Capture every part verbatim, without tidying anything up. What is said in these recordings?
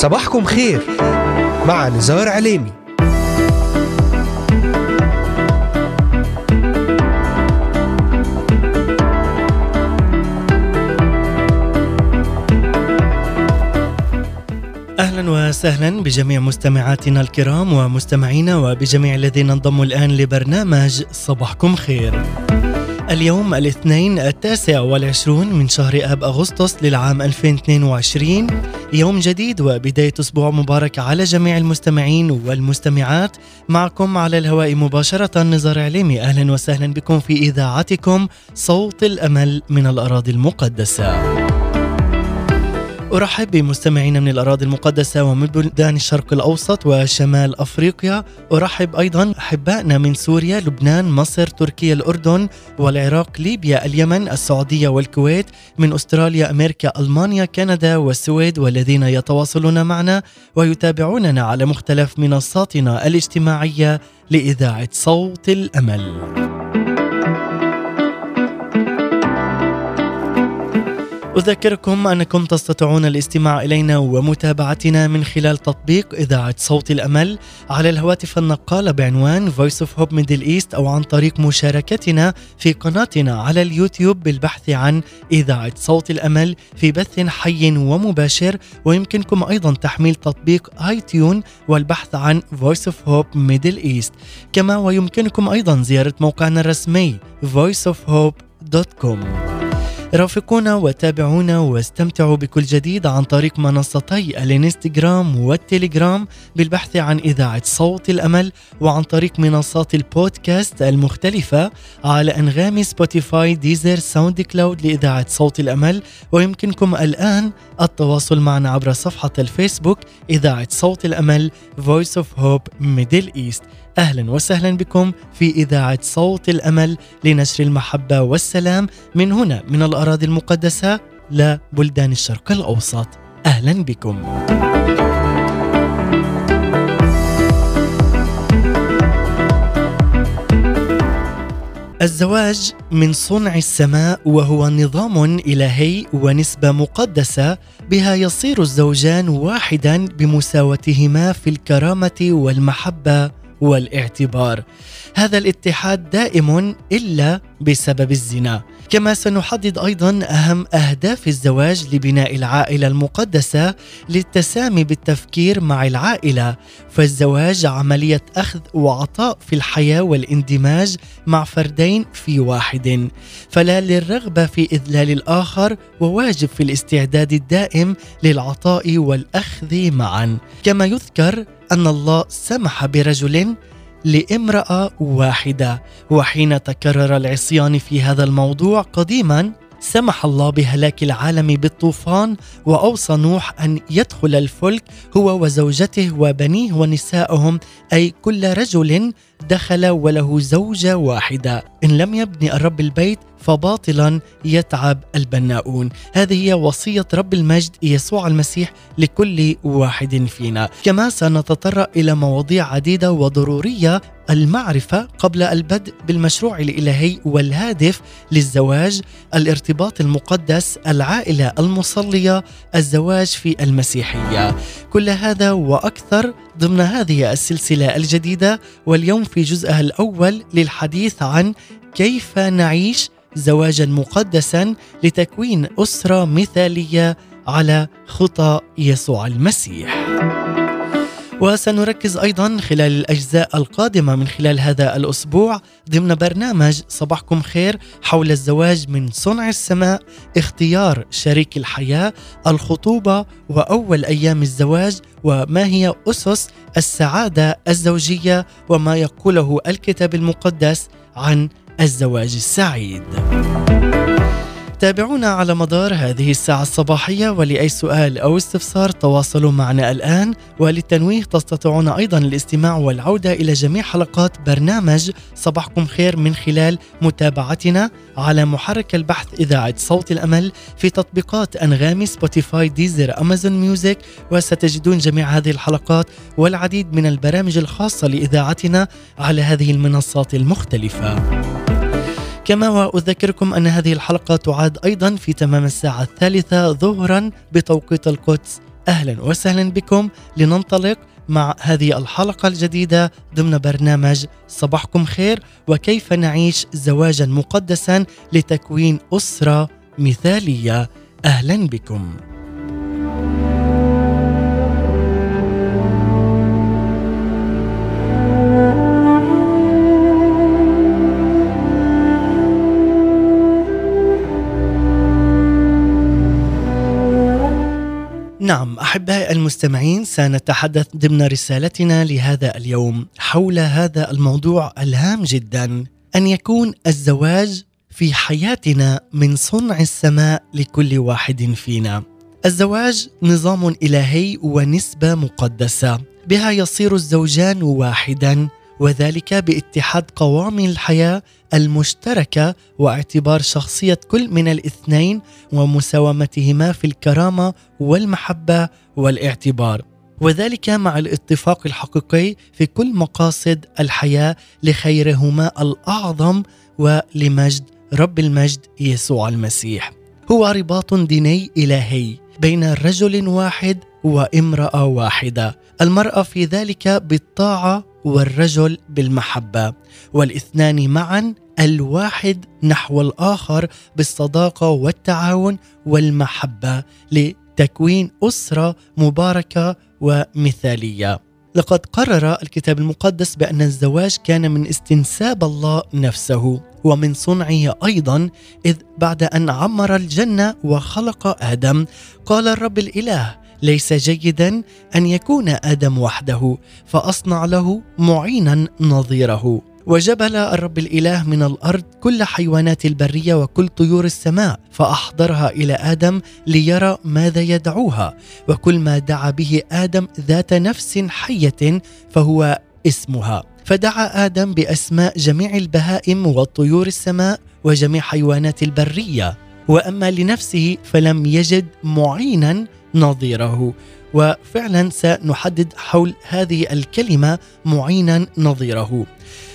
صباحكم خير مع نزار عليمي. أهلا وسهلا بجميع مستمعاتنا الكرام ومستمعينا وبجميع الذين انضموا الآن لبرنامج صباحكم خير. اليوم الاثنين التاسع والعشرون من شهر آب أغسطس للعام ألفين واثنين وعشرين، يوم جديد وبداية أسبوع مبارك على جميع المستمعين والمستمعات. معكم على الهواء مباشرة نزار عليمي. أهلا وسهلا بكم في إذاعتكم صوت الأمل من الأراضي المقدسة. أرحب بمستمعينا من الأراضي المقدسة ومن بلدان الشرق الأوسط وشمال أفريقيا. أرحب أيضا أحبائنا من سوريا، لبنان، مصر، تركيا، الأردن والعراق، ليبيا، اليمن، السعودية والكويت، من أستراليا، أمريكا، ألمانيا، كندا والسويد، والذين يتواصلون معنا ويتابعوننا على مختلف منصاتنا الاجتماعية لإذاعة صوت الأمل. أذكركم أنكم تستطيعون الاستماع إلينا ومتابعتنا من خلال تطبيق إذاعة صوت الأمل على الهواتف النقالة بعنوان Voice of Hope Middle East، أو عن طريق مشاركتنا في قناتنا على اليوتيوب بالبحث عن إذاعة صوت الأمل في بث حي ومباشر. ويمكنكم أيضا تحميل تطبيق آي تيون والبحث عن Voice of Hope Middle East. كما ويمكنكم أيضا زيارة موقعنا الرسمي voice of hope دوت كوم. رافقونا وتابعونا واستمتعوا بكل جديد عن طريق منصتي الانستغرام والتليجرام بالبحث عن إذاعة صوت الأمل، وعن طريق منصات البودكاست المختلفة على أنغام سبوتيفاي، ديزر، ساوند كلاود لإذاعة صوت الأمل. ويمكنكم الآن التواصل معنا عبر صفحة الفيسبوك إذاعة صوت الأمل Voice of Hope Middle East. أهلا وسهلا بكم في إذاعة صوت الأمل لنشر المحبة والسلام من هنا من الأراضي المقدسة لبلدان الشرق الأوسط. أهلا بكم. الزواج من صنع السماء، وهو نظام إلهي ونسبة مقدسة بها يصير الزوجان واحدا بمساواتهما في الكرامة والمحبة والاعتبار. هذا الاتحاد دائم إلا بسبب الزنا. كما سنحدد أيضا أهم أهداف الزواج لبناء العائلة المقدسة للتسامي بالتفكير مع العائلة. فالزواج عملية أخذ وعطاء في الحياة والاندماج مع فردين في واحد، فلا للرغبة في إذلال الآخر، وواجب في الاستعداد الدائم للعطاء والأخذ معا. كما يذكر أن الله سمح برجل لامرأة واحدة، وحين تكرر العصيان في هذا الموضوع قديما سمح الله بهلاك العالم بالطوفان، وأوصى نوح أن يدخل الفلك هو وزوجته وبنيه ونسائهم، أي كل رجل دخل وله زوجة واحدة. إن لم يبني الرب البيت فباطلا يتعب البناؤون. هذه هي وصية رب المجد يسوع المسيح لكل واحد فينا. كما سنتطرق إلى مواضيع عديدة وضرورية: المعرفة قبل البدء بالمشروع الإلهي والهادف للزواج، الارتباط المقدس، العائلة المصلية، الزواج في المسيحية. كل هذا وأكثر ضمن هذه السلسلة الجديدة، واليوم في جزءها الأول للحديث عن كيف نعيش زواجا مقدسا لتكوين أسرة مثالية على خطى يسوع المسيح. وسنركز أيضا خلال الأجزاء القادمة من خلال هذا الأسبوع ضمن برنامج صباحكم خير حول الزواج من صنع السماء، اختيار شريك الحياة، الخطوبة وأول أيام الزواج، وما هي أسس السعادة الزوجية، وما يقوله الكتاب المقدس عن الزواج السعيد. تابعونا على مدار هذه الساعة الصباحية، ولأي سؤال أو استفسار تواصلوا معنا الآن. وللتنويه تستطيعون أيضا الاستماع والعودة إلى جميع حلقات برنامج صباحكم خير من خلال متابعتنا على محرك البحث إذاعة صوت الأمل في تطبيقات أنغامي، سبوتيفاي، ديزر، أمازون ميوزك. وستجدون جميع هذه الحلقات والعديد من البرامج الخاصة لإذاعتنا على هذه المنصات المختلفة. كما وأذكركم أن هذه الحلقة تعاد أيضا في تمام الساعة الثالثة ظهرا بتوقيت القدس أهلا وسهلا بكم لننطلق مع هذه الحلقة الجديدة ضمن برنامج صباحكم خير، وكيف نعيش زواجا مقدسا لتكوين أسرة مثالية. أهلا بكم. نعم أحبائي المستمعين، سنتحدث ضمن رسالتنا لهذا اليوم حول هذا الموضوع الهام جدا، أن يكون الزواج في حياتنا من صنع السماء لكل واحد فينا. الزواج نظام إلهي ونسبة مقدسة، بها يصير الزوجان واحدا، وذلك باتحاد قوامي الحياة المشتركة واعتبار شخصية كل من الاثنين ومساومتهما في الكرامة والمحبة والاعتبار، وذلك مع الاتفاق الحقيقي في كل مقاصد الحياة لخيرهما الأعظم ولمجد رب المجد يسوع المسيح. هو رباط ديني إلهي بين رجل واحد وامرأة واحدة، المرأة في ذلك بالطاعة والرجل بالمحبة، والاثنان معا الواحد نحو الآخر بالصداقة والتعاون والمحبة لتكوين أسرة مباركة ومثالية. لقد قرر الكتاب المقدس بأن الزواج كان من استنساب الله نفسه ومن صنعه أيضا، إذ بعد أن عمر الجنة وخلق آدم قال الرب الإله: ليس جيدا أن يكون آدم وحده، فأصنع له معينا نظيره. وجبل الرب الإله من الأرض كل حيوانات البرية وكل طيور السماء، فأحضرها إلى آدم ليرى ماذا يدعوها، وكل ما دعا به آدم ذات نفس حية فهو اسمها. فدعا آدم بأسماء جميع البهائم وطيور السماء وجميع حيوانات البرية، وأما لنفسه فلم يجد معينا نظيره. وفعلا سنحدد حول هذه الكلمة معينا نظيره.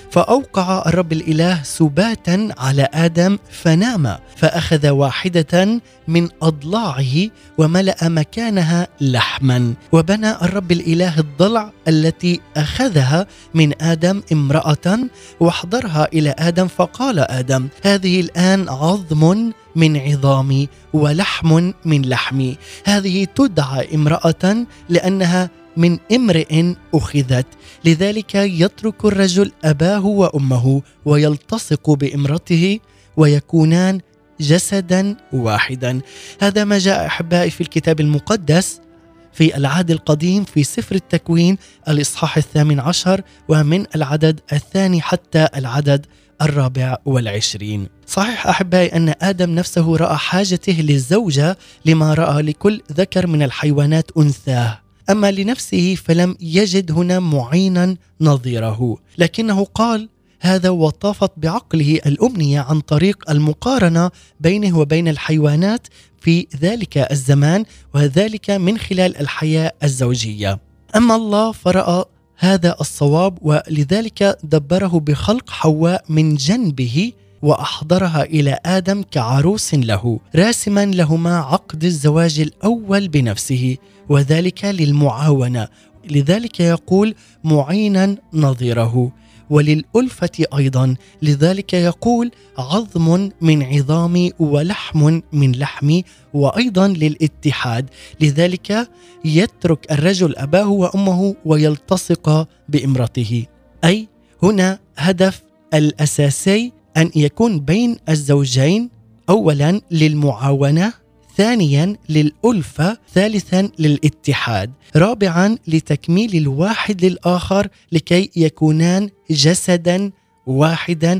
فأوقع الرب الإله سباتا على آدم فنام، فأخذ واحدة من أضلاعه وملأ مكانها لحما، وبنى الرب الإله الضلع التي أخذها من آدم امرأة واحضرها إلى آدم، فقال آدم: هذه الآن عظم من عظامي ولحم من لحمي، هذه تدعى امرأة لأنها من امرئ أخذت. لذلك يترك الرجل أباه وأمه ويلتصق بامرأته ويكونان جسدا واحدا. هذا ما جاء أحبائي في الكتاب المقدس في العهد القديم في سفر التكوين الإصحاح الثامن عشر، ومن العدد الثاني حتى العدد الرابع والعشرين. صحيح أحبائي أن آدم نفسه رأى حاجته للزوجة لما رأى لكل ذكر من الحيوانات أنثاه، أما لنفسه فلم يجد هنا معينا نظيره، لكنه قال هذا وطافت بعقله الأمنية عن طريق المقارنة بينه وبين الحيوانات في ذلك الزمان، وذلك من خلال الحياة الزوجية. أما الله فرأى هذا الصواب، ولذلك دبره بخلق حواء من جنبه وأحضرها إلى آدم كعروس له، راسما لهما عقد الزواج الأول بنفسه، وذلك للمعاونة. لذلك يقول معينا نظيره، وللألفة أيضا، لذلك يقول عظم من عظامي ولحم من لحمي، وأيضا للاتحاد، لذلك يترك الرجل أباه وأمه ويلتصق بامرته. أي هنا هدف الأساسي أن يكون بين الزوجين أولا للمعاونة، ثانيا للألفة، ثالثا للاتحاد، رابعا لتكميل الواحد للآخر لكي يكونان جسدا واحدا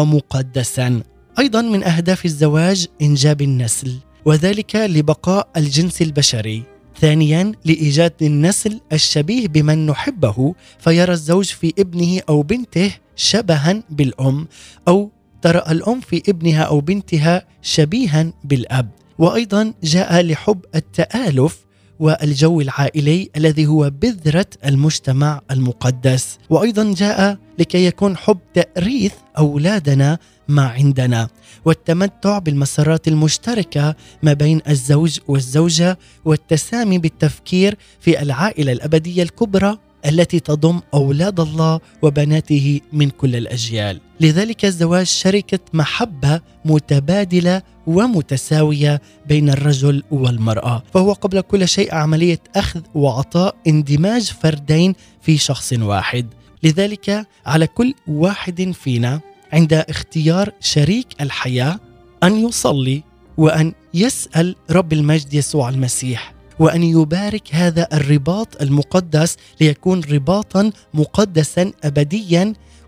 ومقدسا. أيضا من أهداف الزواج إنجاب النسل، وذلك لبقاء الجنس البشري. ثانيا لإيجاد النسل الشبيه بمن نحبه، فيرى الزوج في ابنه أو بنته شبها بالأم، أو ترى الأم في ابنها أو بنتها شبيها بالأب. وأيضا جاء لحب التآلف والجو العائلي الذي هو بذرة المجتمع المقدس. وأيضا جاء لكي يكون حب تأريث أولادنا ما عندنا، والتمتع بالمسارات المشتركة ما بين الزوج والزوجة، والتسامي بالتفكير في العائلة الأبدية الكبرى التي تضم أولاد الله وبناته من كل الأجيال. لذلك الزواج شركة محبة متبادلة ومتساوية بين الرجل والمرأة، فهو قبل كل شيء عملية أخذ وعطاء، اندماج فردين في شخص واحد. لذلك على كل واحد فينا عند اختيار شريك الحياة أن يصلي وأن يسأل رب المجد يسوع المسيح، وأن يبارك هذا الرباط المقدس ليكون رباطا مقدسا أبديا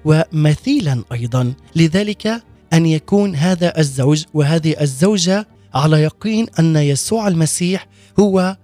ومثيلا أيضا. لذلك أن يكون هذا الزوج وهذه الزوجة على يقين أن يسوع المسيح هو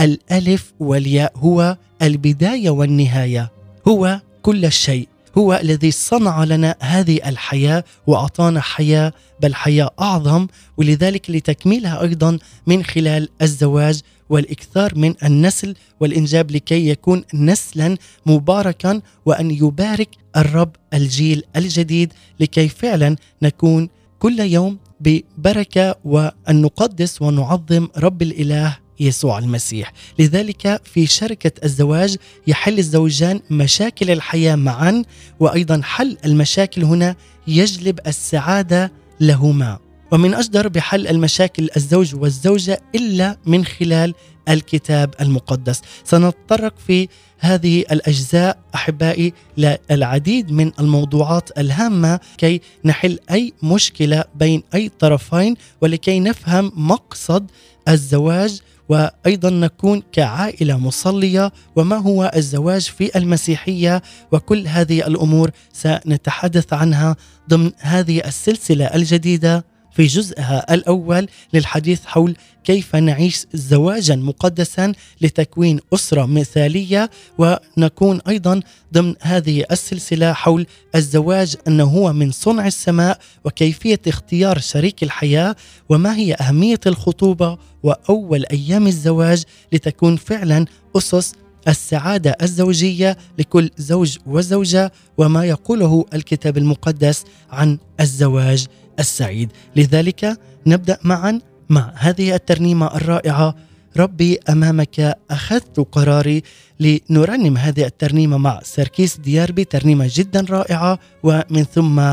الألف والياء، هو البداية والنهاية، هو كل شيء، هو الذي صنع لنا هذه الحياة وأعطانا حياة، بل حياة أعظم. ولذلك لتكميلها أيضا من خلال الزواج والإكثار من النسل والإنجاب لكي يكون نسلا مباركا، وأن يبارك الرب الجيل الجديد لكي فعلا نكون كل يوم ببركة، وأن نقدس ونعظم رب الإله يسوع المسيح. لذلك في شركة الزواج يحل الزوجان مشاكل الحياة معا، وأيضا حل المشاكل هنا يجلب السعادة لهما. ومن أجدر بحل المشاكل الزوج والزوجة إلا من خلال الكتاب المقدس. سنتطرق في هذه الأجزاء أحبائي للعديد من الموضوعات الهامة كي نحل أي مشكلة بين أي طرفين، ولكي نفهم مقصد الزواج، وأيضا نكون كعائلة مصلية، وما هو الزواج في المسيحية. وكل هذه الأمور سنتحدث عنها ضمن هذه السلسلة الجديدة في جزءها الأول للحديث حول كيف نعيش زواجا مقدسا لتكوين أسرة مثالية، ونكون أيضا ضمن هذه السلسلة حول الزواج أنه هو من صنع السماء، وكيفية اختيار شريك الحياة، وما هي أهمية الخطوبة وأول أيام الزواج لتكون فعلا أسس السعادة الزوجية لكل زوج وزوجة، وما يقوله الكتاب المقدس عن الزواج السعيد. لذلك نبدأ معا مع هذه الترنيمة الرائعة، ربي أمامك أخذت قراري، لنرنم هذه الترنيمة مع سركيس دياربي، ترنيمة جدا رائعة، ومن ثم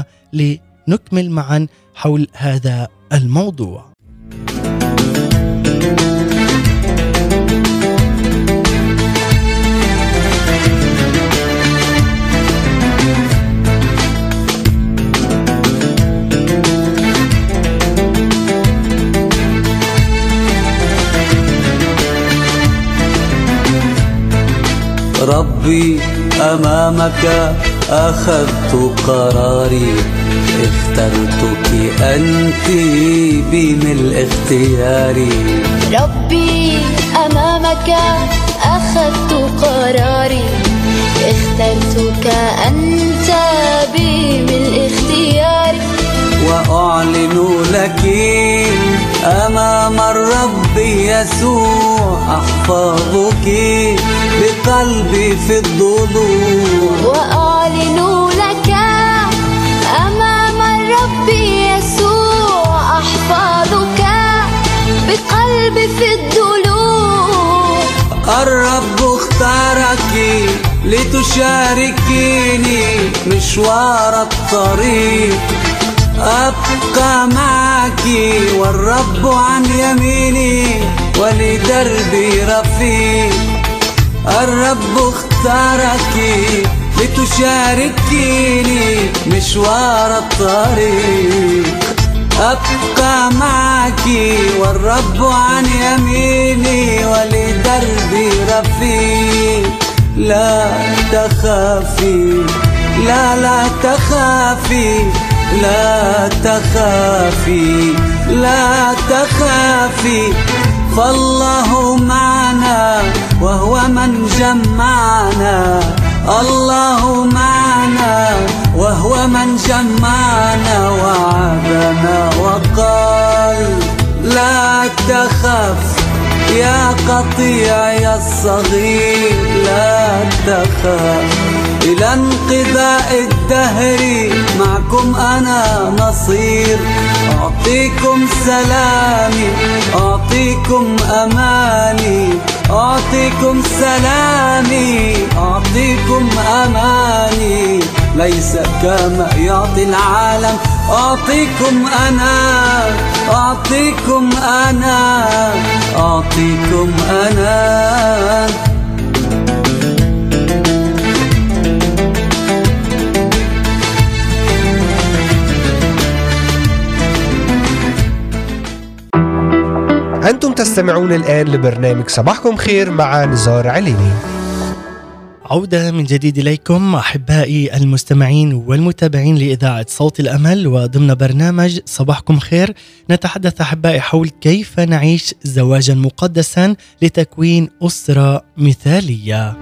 لنكمل معا حول هذا الموضوع. ربي أمامك أخذت قراري، اخترتك أنت بملء اختياري. ربي أمامك أخذت قراري، اخترتك أنت بملء اختياري. وأعلن لك أمام الرب يسوع أحفظك بقلبي في الضلوع. وأعلن لك أمام الرب يسوع أحفظك بقلبي في الضلوع. الرب اختارك لتشاركيني مشوار الطريق، أبقى معك والرب عن يميني ولدربي رفيق. الرب اختارك لتشاركيني مشوار الطريق، أبقى معك والرب عن يميني ولدربي رفيق. لا تخافي، لا لا تخافي، لا تخافي، لا تخافي، فالله معنا وهو من جمعنا. الله معنا وهو من جمعنا وعدنا وقال لا تخف يا قطيعي الصغير لا تخاف، إلى انقضاء الدهر معكم أنا نصير. أعطيكم سلامي، أعطيكم أماني، أعطيكم سلامي، أعطيكم أماني، ليس كما يعطي العالم. أعطيكم أنا، أعطيكم أنا، أعطيكم أنا. أنتم تستمعون الآن لبرنامج صباحكم خير مع نزار عليني. عودة من جديد إليكم أحبائي المستمعين والمتابعين لإذاعة صوت الأمل، وضمن برنامج صباحكم خير نتحدث أحبائي حول كيف نعيش زواجا مقدسا لتكوين أسرة مثالية.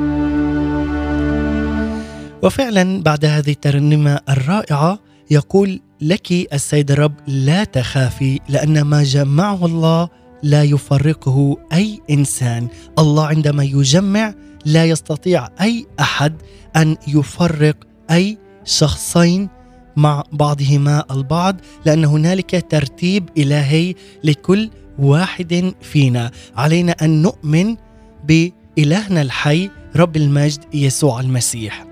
وفعلا بعد هذه الترنيمة الرائعة يقول لك السيد الرب لا تخافي، لأن ما جمعه الله لا يفرقه أي إنسان. الله عندما يجمع لا يستطيع أي أحد أن يفرق أي شخصين مع بعضهما البعض، لأن هنالك ترتيب إلهي لكل واحد فينا. علينا أن نؤمن بإلهنا الحي رب المجد يسوع المسيح.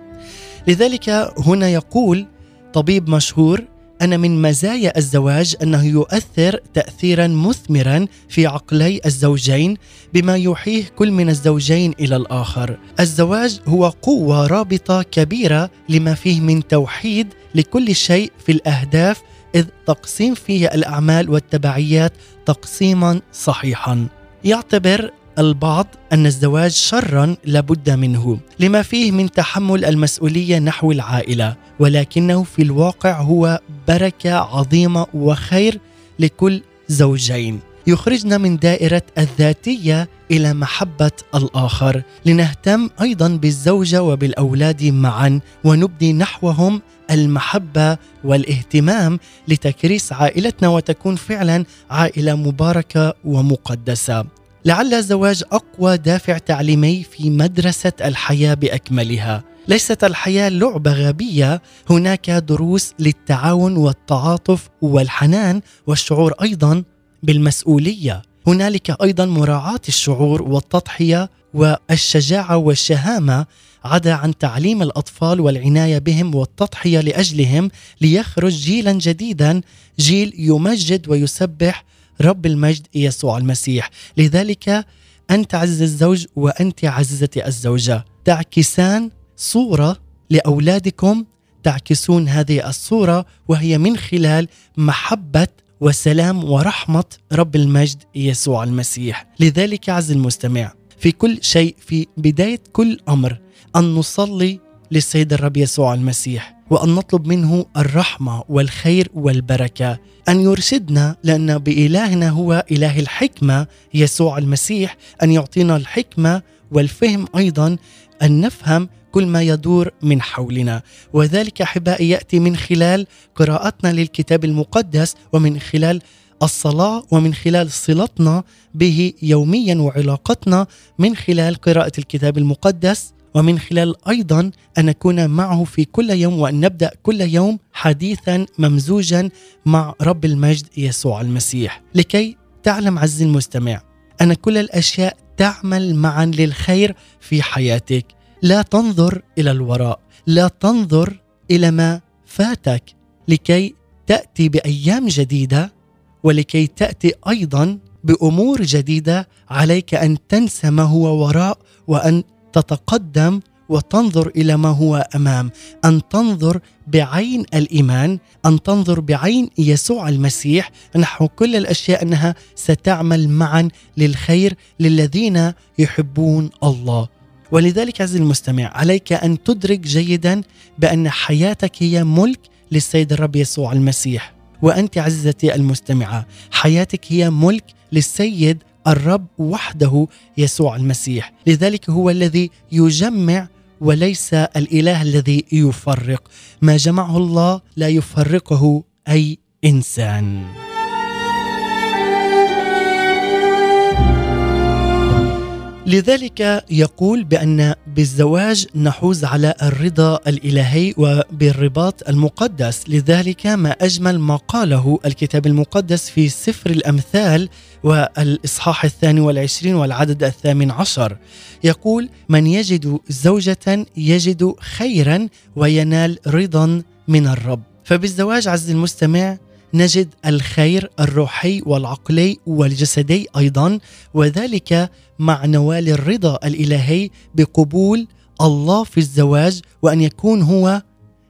لذلك هنا يقول طبيب مشهور أن من مزايا الزواج أنه يؤثر تأثيرا مثمرا في عقلي الزوجين بما يوحيه كل من الزوجين إلى الآخر. الزواج هو قوة رابطة كبيرة لما فيه من توحيد لكل شيء في الأهداف، إذ تقسيم فيه الأعمال والتبعيات تقسيما صحيحا. يعتبر البعض أن الزواج شرا لابد منه لما فيه من تحمل المسؤولية نحو العائلة، ولكنه في الواقع هو بركة عظيمة وخير لكل زوجين، يخرجنا من دائرة الذاتية إلى محبة الآخر، لنهتم أيضا بالزوجة وبالأولاد معا ونبدي نحوهم المحبة والاهتمام لتكريس عائلتنا وتكون فعلا عائلة مباركة ومقدسة. لعل الزواج أقوى دافع تعليمي في مدرسة الحياة بأكملها. ليست الحياة لعبة غبية، هناك دروس للتعاون والتعاطف والحنان والشعور أيضا بالمسؤولية. هنالك أيضا مراعاة الشعور والتضحية والشجاعة والشهامة، عدا عن تعليم الأطفال والعناية بهم والتضحية لأجلهم ليخرج جيلا جديدا، جيل يمجد ويسبح رب المجد يسوع المسيح. لذلك أنت عزيز الزوج وأنت عزيزتي الزوجة تعكسان صورة لأولادكم، تعكسون هذه الصورة وهي من خلال محبة وسلام ورحمة رب المجد يسوع المسيح. لذلك عزيز المستمع في كل شيء، في بداية كل أمر، أن نصلي للسيد الرب يسوع المسيح وأن نطلب منه الرحمة والخير والبركة، أن يرشدنا، لأن بإلهنا هو إله الحكمة يسوع المسيح، أن يعطينا الحكمة والفهم أيضا، أن نفهم كل ما يدور من حولنا. وذلك أحبائي يأتي من خلال قراءتنا للكتاب المقدس، ومن خلال الصلاة، ومن خلال صلتنا به يوميا، وعلاقتنا من خلال قراءة الكتاب المقدس، ومن خلال أيضا أن نكون معه في كل يوم، وأن نبدأ كل يوم حديثا ممزوجا مع رب المجد يسوع المسيح. لكي تعلم عزيزي المستمع أن كل الأشياء تعمل معا للخير في حياتك. لا تنظر إلى الوراء، لا تنظر إلى ما فاتك، لكي تأتي بأيام جديدة، ولكي تأتي أيضا بأمور جديدة. عليك أن تنسى ما هو وراء، وأن تتقدم وتنظر إلى ما هو أمام، أن تنظر بعين الإيمان، أن تنظر بعين يسوع المسيح نحو كل الأشياء أنها ستعمل معا للخير للذين يحبون الله. ولذلك عزيزي المستمع عليك أن تدرك جيدا بأن حياتك هي ملك للسيد الرب يسوع المسيح، وأنت عزيزتي المستمعة حياتك هي ملك للسيد الرب وحده يسوع المسيح. لذلك هو الذي يجمع وليس الإله الذي يفرق. ما جمعه الله لا يفرقه أي إنسان. لذلك يقول بأن بالزواج نحوز على الرضا الإلهي وبالرباط المقدس. لذلك ما أجمل ما قاله الكتاب المقدس في سفر الأمثال والإصحاح الثاني والعشرين والعدد الثامن عشر، يقول: من يجد زوجة يجد خيرا وينال رضا من الرب. فبالزواج عز المستمع نجد الخير الروحي والعقلي والجسدي أيضا، وذلك مع نوال الرضا الإلهي بقبول الله في الزواج، وأن يكون هو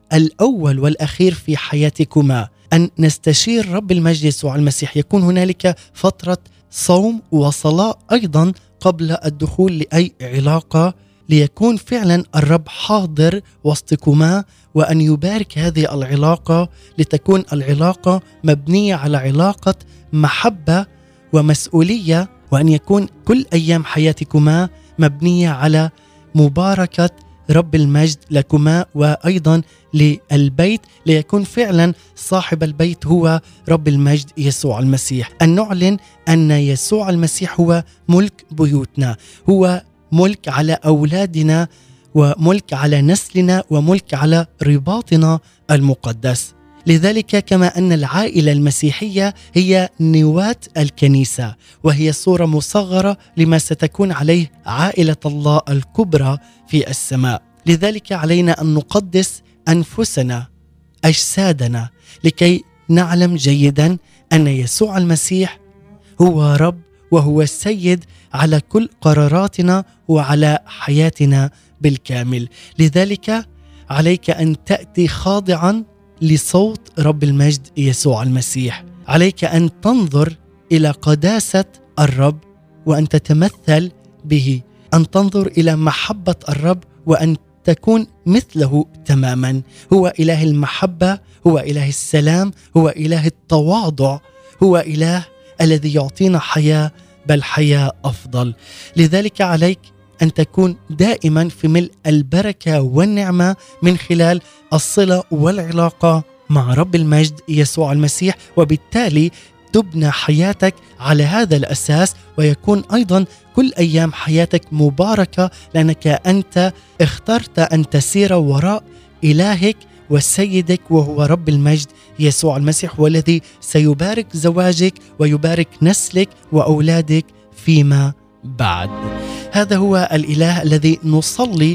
الأول والأخير في حياتكما، أن نستشير رب المجد يسوع المسيح. يكون هنالك فترة صوم وصلاة أيضا قبل الدخول لأي علاقة، ليكون فعلا الرب حاضر وسطكما، وأن يبارك هذه العلاقة لتكون العلاقة مبنية على علاقة محبة ومسؤولية، وأن يكون كل أيام حياتكما مبنية على مباركة رب المجد لكما وأيضا للبيت، ليكون فعلا صاحب البيت هو رب المجد يسوع المسيح. أن نعلن أن يسوع المسيح هو ملك بيوتنا، هو ملك على أولادنا وملك على نسلنا وملك على رباطنا المقدس. لذلك كما أن العائلة المسيحية هي نواة الكنيسة، وهي صورة مصغرة لما ستكون عليه عائلة الله الكبرى في السماء، لذلك علينا أن نقدس أنفسنا أجسادنا لكي نعلم جيدا أن يسوع المسيح هو رب وهو السيد على كل قراراتنا وعلى حياتنا بالكامل. لذلك عليك أن تأتي خاضعا لصوت رب المجد يسوع المسيح، عليك أن تنظر إلى قداسة الرب وأن تتمثل به، أن تنظر إلى محبة الرب وأن تكون مثله تماما. هو إله المحبة، هو إله السلام، هو إله التواضع، هو إله الذي يعطينا حياة بل حياة أفضل. لذلك عليك أن تكون دائما في ملء البركة والنعمة من خلال الصلة والعلاقة مع رب المجد يسوع المسيح، وبالتالي تبنى حياتك على هذا الأساس، ويكون أيضا كل أيام حياتك مباركة لأنك أنت اخترت أن تسير وراء إلهك وسيدك وهو رب المجد يسوع المسيح، والذي سيبارك زواجك ويبارك نسلك وأولادك فيما بعد. هذا هو الإله الذي نصلي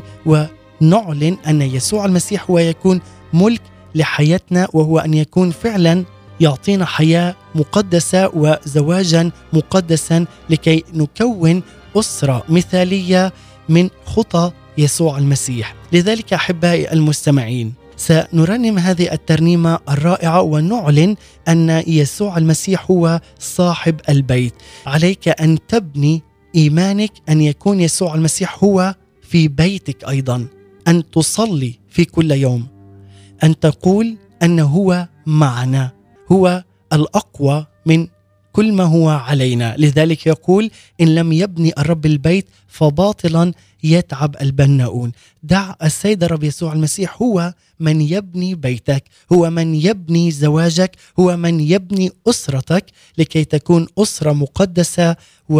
ونعلن أن يسوع المسيح هو يكون ملك لحياتنا، وهو أن يكون فعلا يعطينا حياة مقدسة وزواجا مقدسا لكي نكون أسرة مثالية من خطى يسوع المسيح. لذلك أحبائي المستمعين سنرنم هذه الترنيمة الرائعة ونعلن أن يسوع المسيح هو صاحب البيت. عليك أن تبني إيمانك أن يكون يسوع المسيح هو في بيتك أيضا، أن تصلي في كل يوم، أن تقول أنه هو معنا، هو الأقوى من كل ما هو علينا. لذلك يقول: إن لم يبني الرب البيت فباطلا يتعب البناؤون. دع السيد الرب يسوع المسيح هو من يبني بيتك، هو من يبني زواجك، هو من يبني أسرتك لكي تكون أسرة مقدسة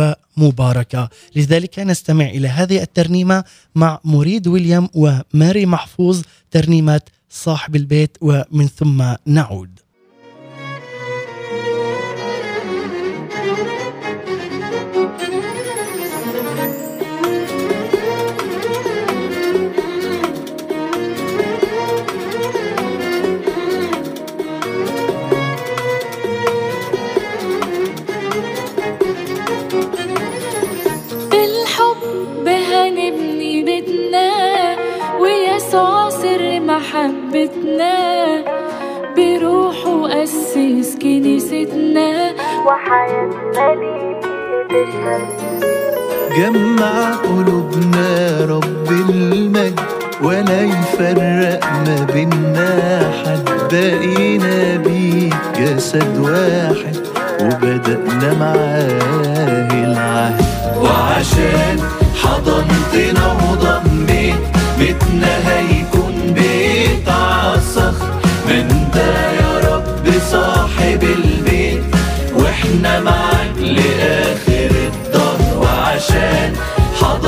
ومباركة. لذلك نستمع إلى هذه الترنيمة مع مريد ويليام وماري محفوظ، ترنيمة صاحب البيت، ومن ثم نعود. محبتنا بروحه أسس كنيستنا وحياتنا دي تشهد. جمع قلوبنا رب المجد ولا يفرق ما بينا حد، بقينا بيه جسد واحد وبدأنا معاه العهد. وعشان حضنتنا وضميت بيتنا هيكون بيت عالصخر، من ده يا رب صاحب البيت واحنا معاك لآخر الدهر. وعشان حضنتنا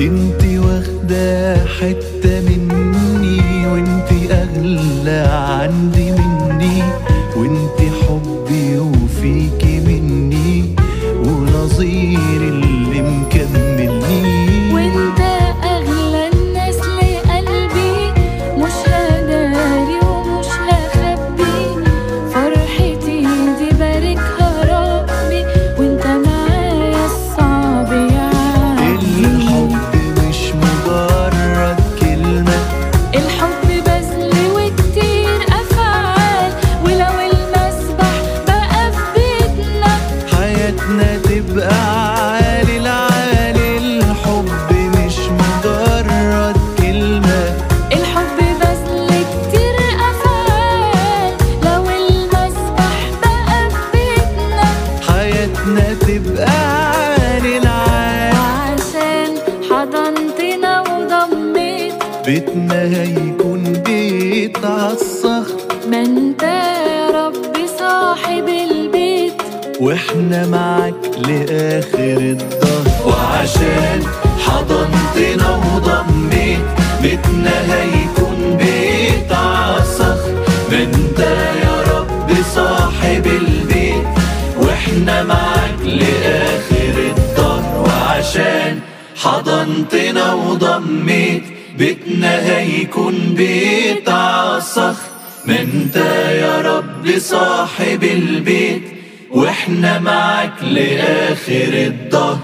انتي واخدة حتة مني، وانتي أغلى عندي مني، وانتي حبي وفيكي مني، ونظير اللي مكملني. وانت اغلى الناس لقلبي، مش هداري ومش هخبي، فرحتي دي باركها ربي، وانت معايا الصعب يعدي. الحب مش مجرد كلمة، الحب بذل وكتير افعال، ولو المسبح بقى في بيتنا حياتنا تبقى عالي العالي. الحب مش مجرد كلمة، الحب بذل كتير افعال، لو المسبح بقى في بيتنا حياتنا تبقى عالي العالي. وعشان حضنتنا وضميت، بيتنا هيكون بيت عالصخر، ما انت يا ربي صاحب البيت، واحنا معاك لآخر الدهر. وعشان حضنتنا وضميت، بيتنا هيكون بيت عالصخر، ما انت يا رب صاحب البيت، واحنا معاك لآخر الدهر. وعشان حضنتنا وضميت، بيتنا هيكون بيت عالصخر، ما انت يا رب صاحب البيت، واحنا معاك لآخر الدهر.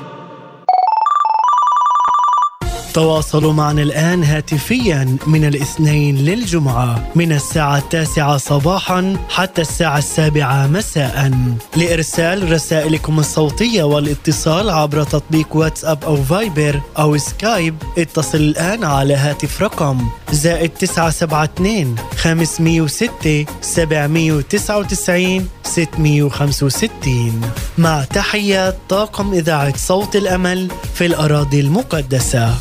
تواصلوا معنا الآن هاتفيا من الاثنين للجمعة من الساعة التاسعة صباحا حتى الساعة السابعة مساء لإرسال رسائلكم الصوتية والاتصال عبر تطبيق واتساب أو فايبر أو سكايب. اتصل الآن على هاتف رقم زائد تسعة سبعة اثنين خمسمية وستة سبعمية وتسعة وتسعين ستمية وخمسة وستين. مع تحيات طاقم إذاعة صوت الأمل في الأراضي المقدسة.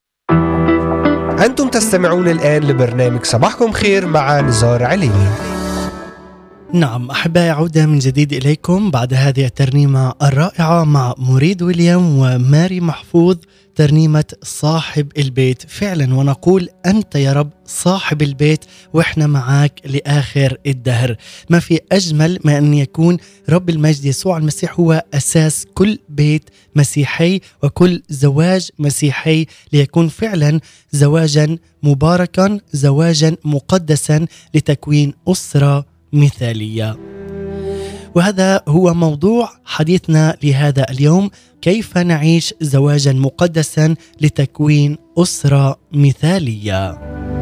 أنتم تستمعون الآن لبرنامج صباحكم خير مع نزار عليني. نعم أحبائي، عودة من جديد إليكم بعد هذه الترنيمة الرائعة مع مريد ويليام وماري محفوظ، ترنيمة صاحب البيت. فعلا ونقول أنت يا رب صاحب البيت، وإحنا معاك لآخر الدهر. ما في أجمل ما أن يكون رب المجد يسوع المسيح هو أساس كل بيت مسيحي وكل زواج مسيحي، ليكون فعلا زواجا مباركا، زواجا مقدسا لتكوين أسرة مثالية. وهذا هو موضوع حديثنا لهذا اليوم، كيف نعيش زواجا مقدسا لتكوين أسرة مثالية.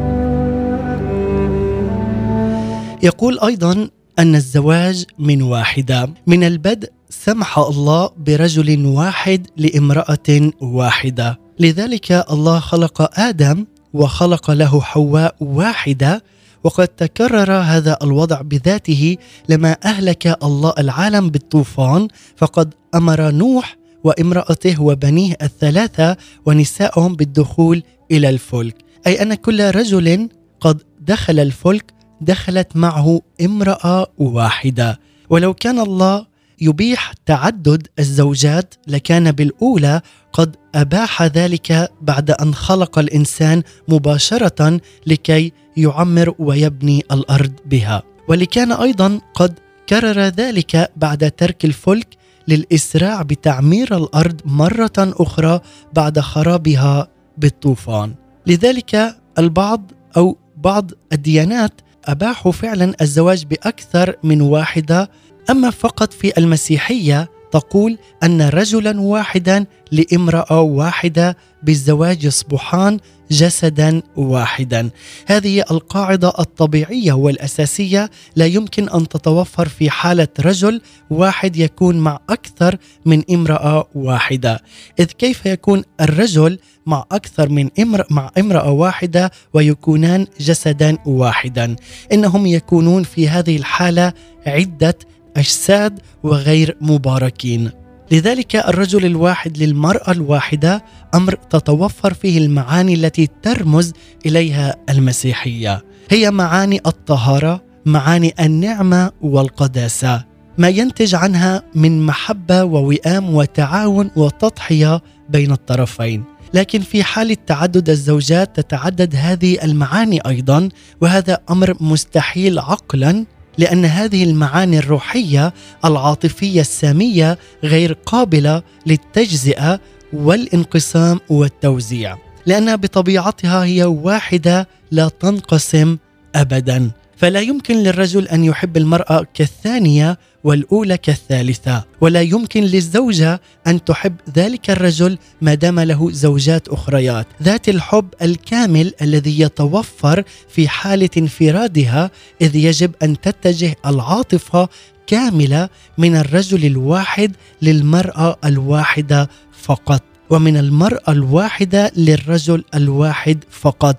يقول أيضا أن الزواج من واحدة. من البدء سمح الله برجل واحد لامرأة واحدة، لذلك الله خلق آدم وخلق له حواء واحدة، وقد تكرر هذا الوضع بذاته لما أهلك الله العالم بالطوفان، فقد أمر نوح وامرأته وبنيه الثلاثة ونسائهم بالدخول إلى الفلك، أي أن كل رجل قد دخل الفلك دخلت معه امرأة واحدة. ولو كان الله يبيح تعدد الزوجات لكان بالأولى قد أباح ذلك بعد أن خلق الإنسان مباشرة لكي يعمر ويبني الأرض بها، ولكان أيضا قد كرر ذلك بعد ترك الفلك للإسراع بتعمير الأرض مرة أخرى بعد خرابها بالطوفان. لذلك البعض أو بعض الديانات أباحوا فعلا الزواج بأكثر من واحدة، أما فقط في المسيحية تقول أن رجلا واحدا لامرأة واحدة بالزواج يصبحان جسدا واحدا. هذه القاعدة الطبيعية والأساسية لا يمكن أن تتوفر في حالة رجل واحد يكون مع أكثر من امرأة واحدة، إذ كيف يكون الرجل مع أكثر من امرأة مع امرأة واحدة ويكونان جسدا واحدا؟ إنهم يكونون في هذه الحالة عدة أجساد وغير مباركين. لذلك الرجل الواحد للمرأة الواحدة أمر تتوفر فيه المعاني التي ترمز إليها المسيحية، هي معاني الطهارة، معاني النعمة والقداسة، ما ينتج عنها من محبة ووئام وتعاون وتضحية بين الطرفين. لكن في حالة تعدد الزوجات تتعدد هذه المعاني أيضا، وهذا أمر مستحيل عقلا، لأن هذه المعاني الروحية العاطفية السامية غير قابلة للتجزئة والانقسام والتوزيع، لأنها بطبيعتها هي واحدة لا تنقسم أبدا. فلا يمكن للرجل أن يحب المرأة كالثانية والأولى كالثالثة، ولا يمكن للزوجة أن تحب ذلك الرجل ما دام له زوجات أخريات. ذات الحب الكامل الذي يتوفر في حالة انفرادها، إذ يجب أن تتجه العاطفة كاملة من الرجل الواحد للمرأة الواحدة فقط، ومن المرأة الواحدة للرجل الواحد فقط،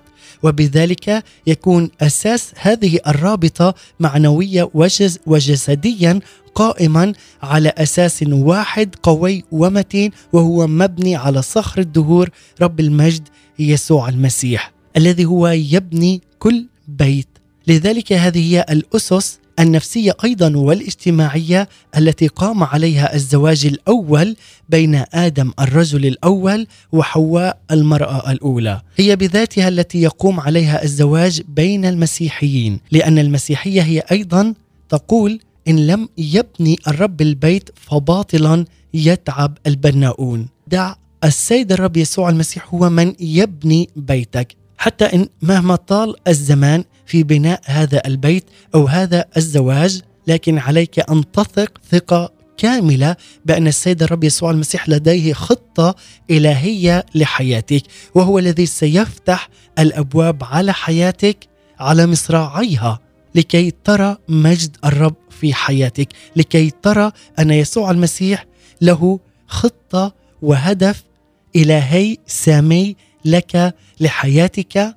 وبذلك يكون أساس هذه الرابطة معنوية وجز وجسديا قائما على أساس واحد قوي ومتين، وهو مبني على صخر الدهور رب المجد يسوع المسيح الذي هو يبني كل بيت. لذلك هذه هي الأسس النفسية أيضا والاجتماعية التي قام عليها الزواج الأول بين آدم الرجل الأول وحواء المرأة الأولى، هي بذاتها التي يقوم عليها الزواج بين المسيحيين، لأن المسيحية هي أيضا تقول إن لم يبني الرب البيت فباطلا يتعب البناؤون. دع السيد الرب يسوع المسيح هو من يبني بيتك، حتى إن مهما طال الزمان في بناء هذا البيت أو هذا الزواج، لكن عليك أن تثق ثقة كاملة بأن السيد الرب يسوع المسيح لديه خطة إلهية لحياتك، وهو الذي سيفتح الأبواب على حياتك على مصراعيها لكي ترى مجد الرب في حياتك، لكي ترى أن يسوع المسيح له خطة وهدف إلهي سامي لك، لحياتك،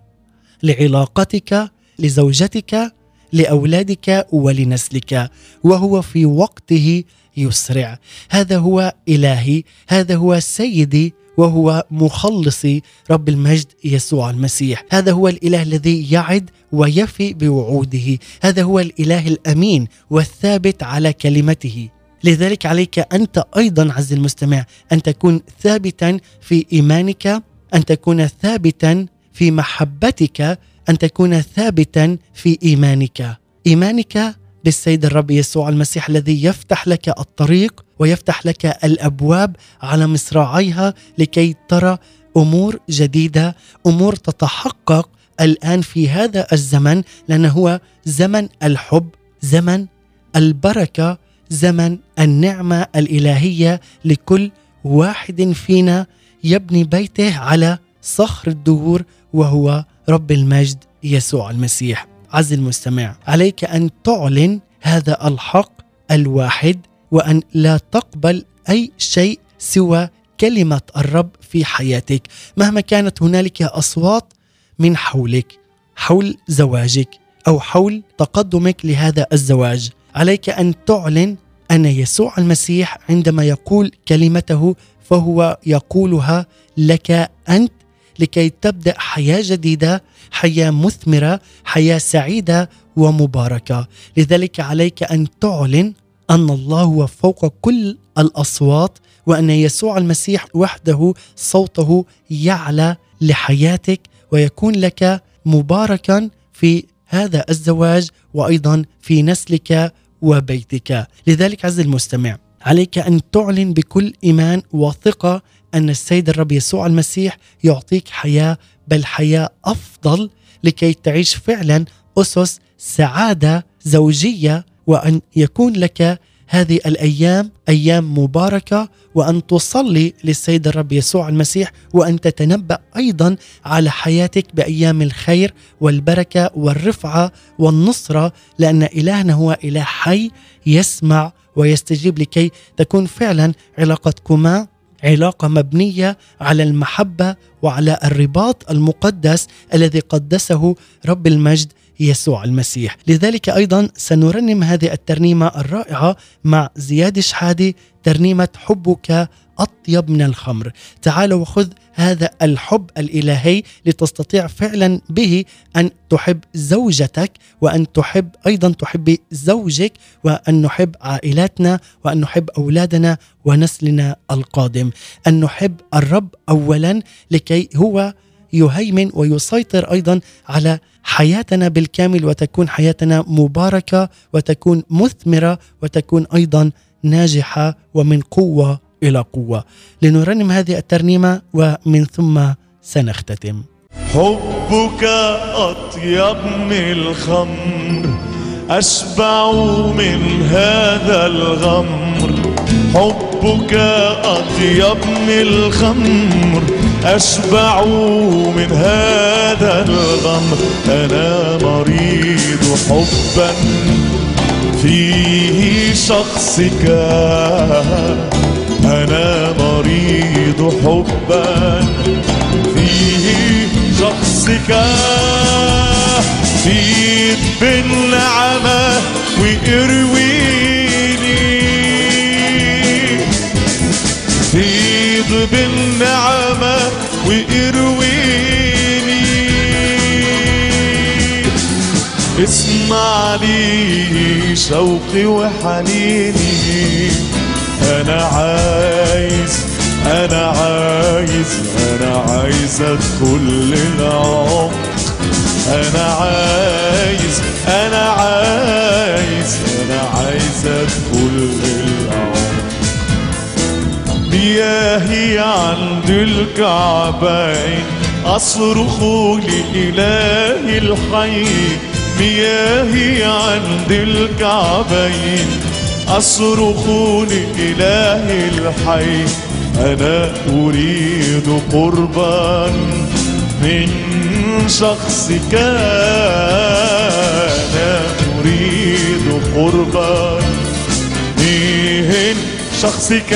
لعلاقتك، لزوجتك، لأولادك ولنسلك، وهو في وقته يسرع. هذا هو إلهي، هذا هو سيدي وهو مخلصي رب المجد يسوع المسيح. هذا هو الإله الذي يعد ويفي بوعوده، هذا هو الإله الأمين والثابت على كلمته. لذلك عليك أنت أيضا عز المستمع أن تكون ثابتا في إيمانك، أن تكون ثابتا في محبتك، أن تكون ثابتا في إيمانك إيمانك بالسيد الرب يسوع المسيح الذي يفتح لك الطريق ويفتح لك الأبواب على مصراعيها لكي ترى أمور جديدة، أمور تتحقق الآن في هذا الزمن، لأنه هو زمن الحب، زمن البركة، زمن النعمة الإلهية لكل واحد فينا يبني بيته على صخر الدهور وهو رب المجد يسوع المسيح. عز المستمع، عليك أن تعلن هذا الحق الواحد، وأن لا تقبل أي شيء سوى كلمة الرب في حياتك، مهما كانت هنالك أصوات من حولك، حول زواجك أو حول تقدمك لهذا الزواج. عليك أن تعلن أن يسوع المسيح عندما يقول كلمته فهو يقولها لك أنت، لكي تبدأ حياة جديدة، حياة مثمرة، حياة سعيدة ومباركة. لذلك عليك أن تعلن أن الله هو فوق كل الأصوات، وأن يسوع المسيح وحده صوته يعلى لحياتك ويكون لك مباركا في هذا الزواج وأيضا في نسلك وبيتك. لذلك عز المستمع، عليك أن تعلن بكل إيمان وثقة أن السيد الرب يسوع المسيح يعطيك حياة، بل حياة أفضل، لكي تعيش فعلا أسس سعادة زوجية، وأن يكون لك هذه الأيام أيام مباركة، وأن تصلي للسيد الرب يسوع المسيح، وأن تتنبأ أيضا على حياتك بأيام الخير والبركة والرفعة والنصرة، لأن إلهنا هو إله حي يسمع ويستجيب، لكي تكون فعلا علاقتكما علاقة مبنية على المحبة وعلى الرباط المقدس الذي قدسه رب المجد يسوع المسيح. لذلك أيضا سنرنم هذه الترنيمة الرائعة مع زياد شحادي، ترنيمة حبك أطيب من الخمر. تعال وخذ هذا الحب الإلهي لتستطيع فعلا به أن تحب زوجتك، وأن تحب أيضا تحب زوجك، وأن نحب عائلاتنا، وأن نحب أولادنا ونسلنا القادم. أن نحب الرب أولا لكي هو يهيمن ويسيطر أيضا على حياتنا بالكامل، وتكون حياتنا مباركة وتكون مثمرة وتكون أيضا ناجحة ومن قوة إلى قوة. لنرنم هذه الترنيمة ومن ثم سنختتم. حبك أطيب من الخمر، أشبع من هذا الغمر. حبك أطيب من الخمر، أشبع من هذا الغمر. أنا مريض حبا فيه شخصك، أنا مريض حبا فيه شخصك. فيض بالنعمة وإرويني، فيض بالنعمة وإرويني. اسمع لي شوقي وحنيني، أنا عايز أنا عايز أنا عايز أدخل للعمق. أنا عايز أنا عايز أنا عايز أدخل للعمق. مياهي عند الكعبين أصرخ لإله الحي. مياهي عند الكعبين أصرخ لإله الحي. أنا أريد قربا من شخصك، أنا أريد قربا من شخصك.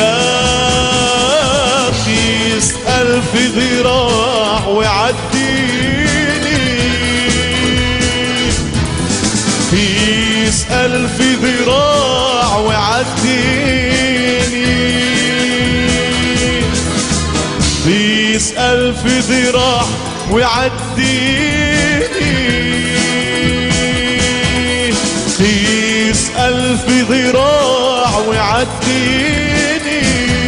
قيس ألف ذراع وعديني، قيس ألف ذراع وعديني. قيس ألف ذراع وعديني، قيس ألف ذراع وعديني.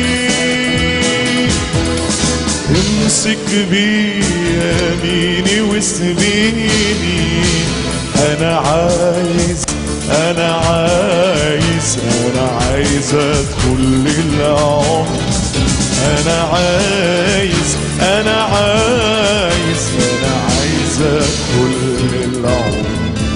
امسك بيميني واسبيني، أنا عايز أنا عايز أنا عايز أدخل للعمق. أنا عايز أنا عايز أنا عايز أدخل للعمق.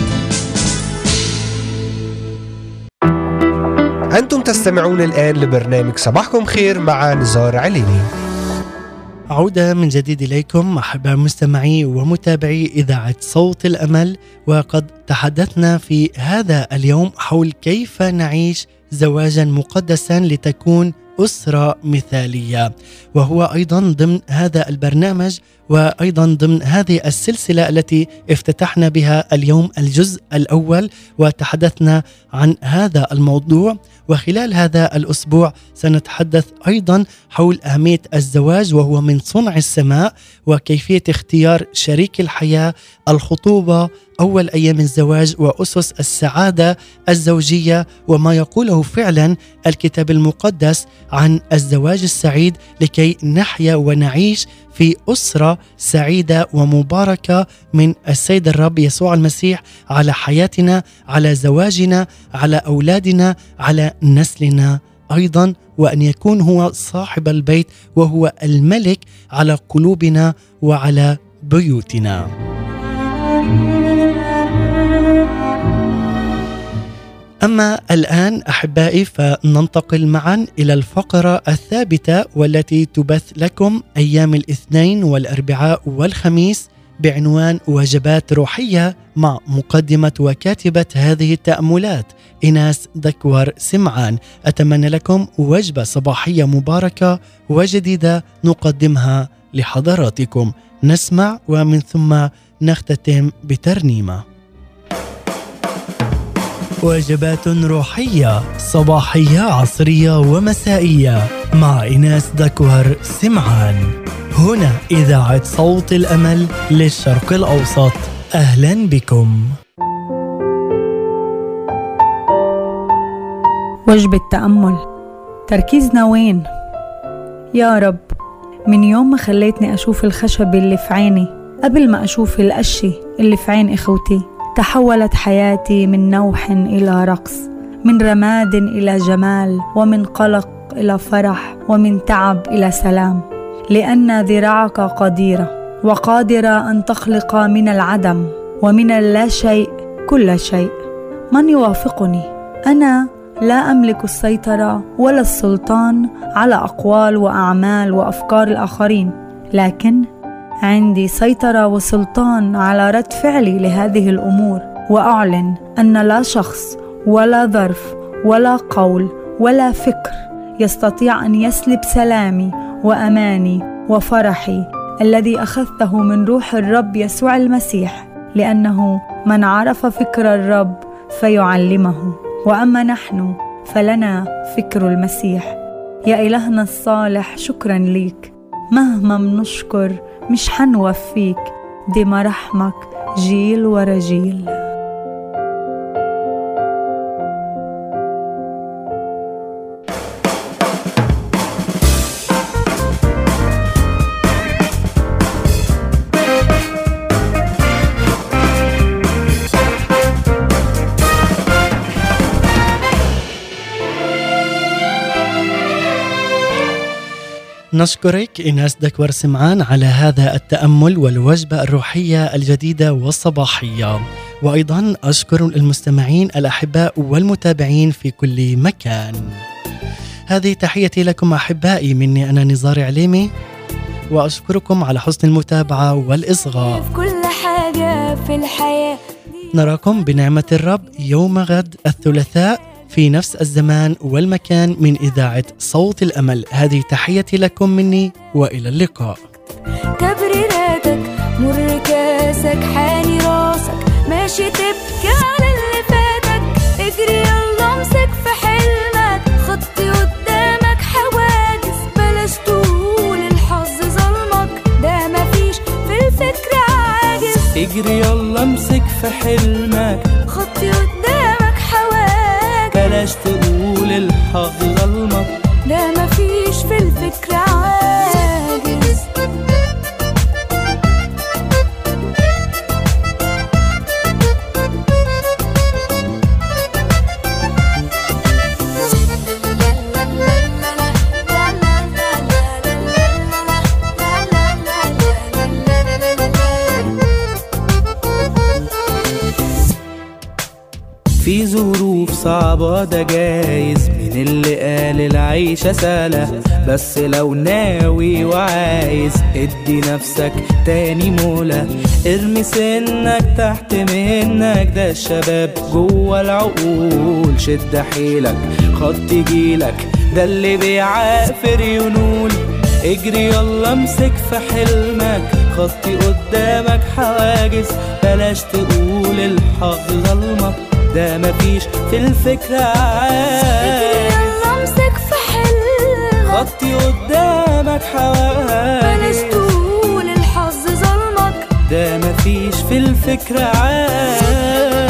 أنتم تستمعون الآن لبرنامج صباحكم خير مع نزار عليني. عودة من جديد إليكم أحباء مستمعي ومتابعي إذاعة صوت الأمل. وقد تحدثنا في هذا اليوم حول كيف نعيش زواجا مقدسا لتكون أسرة مثالية، وهو أيضا ضمن هذا البرنامج وأيضا ضمن هذه السلسلة التي افتتحنا بها اليوم الجزء الأول، وتحدثنا عن هذا الموضوع. وخلال هذا الأسبوع سنتحدث أيضا حول أهمية الزواج، وهو من صنع السماء، وكيفية اختيار شريك الحياة، الخطوبة، أول أيام الزواج، وأسس السعادة الزوجية، وما يقوله فعلا الكتاب المقدس عن الزواج السعيد لكي نحيا ونعيش في أسرة سعيدة ومباركة من السيد الرب يسوع المسيح على حياتنا، على زواجنا، على أولادنا، على نسلنا أيضا، وأن يكون هو صاحب البيت وهو الملك على قلوبنا وعلى بيوتنا. أما الآن أحبائي فننتقل معا إلى الفقرة الثابتة والتي تبث لكم أيام الاثنين والأربعاء والخميس بعنوان وجبات روحية، مع مقدمة وكاتبة هذه التأملات إناس دكور سمعان. أتمنى لكم وجبة صباحية مباركة وجديدة نقدمها لحضراتكم. نسمع ومن ثم نختتم بترنيمة. وجبات روحية صباحية عصرية ومسائية مع إيناس دكوهر سمعان، هنا إذاعة صوت الأمل للشرق الأوسط. أهلا بكم. وجبة تأمل، تركيزنا وين؟ يا رب، من يوم ما خليتني أشوف الخشب اللي في عيني قبل ما أشوف القشة اللي في عين إخوتي، تحولت حياتي من نوح إلى رقص، من رماد إلى جمال، ومن قلق إلى فرح، ومن تعب إلى سلام. لأن ذراعك قديرة وقادرة أن تخلق من العدم ومن اللا شيء كل شيء. من يوافقني؟ أنا لا أملك السيطرة ولا السلطان على أقوال وأعمال وأفكار الآخرين، لكن عندي سيطرة وسلطان على رد فعلي لهذه الأمور. وأعلن أن لا شخص ولا ظرف ولا قول ولا فكر يستطيع أن يسلب سلامي وأماني وفرحي الذي أخذته من روح الرب يسوع المسيح، لأنه من عرف فكر الرب فيعلمه، وأما نحن فلنا فكر المسيح. يا إلهنا الصالح، شكرا ليك، مهما منشكر مش حنوفيك، دي مراحمك جيل ورا جيل. نشكرك إيناس دكوهر سمعان على هذا التأمل والوجبة الروحية الجديدة والصباحية. وأيضا أشكر المستمعين الأحباء والمتابعين في كل مكان. هذه تحيتي لكم أحبائي، مني أنا نزار عليمي، وأشكركم على حسن المتابعة والإصغاء في كل حاجة في الحياة. نراكم بنعمة الرب يوم غد الثلاثاء في نفس الزمان والمكان من إذاعة صوت الأمل. هذه تحيتي لكم مني، وإلى اللقاء. تبريراتك مر كاسك حاني راسك، ماشي تبكي على اللي فاتك، اجري يلا امسك في حلمك، خطي قدامك حواجز، بلاش تقول الحظ ظلمك، ده مفيش في الفكر عاجز. اجري يلا امسك في حلمك، خطي قدامك حواجز، بلاش تقول الحظ ظلمك، ده مفيش في الفكر عاجز. في ظروف صعبة ده جايز، من اللي قال العيشة سهلة، بس لو ناوي وعايز ادي نفسك تاني مولى، ارمي سنك تحت منك، ده الشباب جوه العقول، شد حيلك خط جيلك، ده اللي بيعافر ينول. اجري يلا امسك في حلمك، خطي قدامك حواجز، بلاش تقول الحظ ظلمك، ده مفيش في الفكرة عاجز. يلا امسك في حلمك، خطي قدامك حواجز، بلاش تقول الحظ ظلمك، ده مفيش في الفكرة عاجز.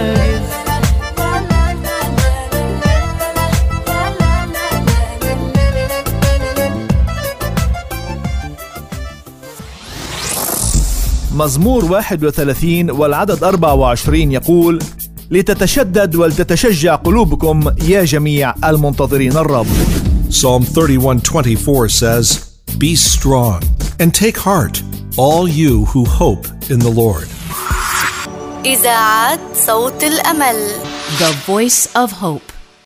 مزمور واحد وثلاثين والعدد أربعة وعشرين يقول: لتتشدد ولتتشجع قلوبكم يا جميع المنتظرين الرب. Psalm thirty-one twenty-four says, Be strong and take heart, all you who hope in the Lord. إذاعة صوت الأمل. The Voice of Hope.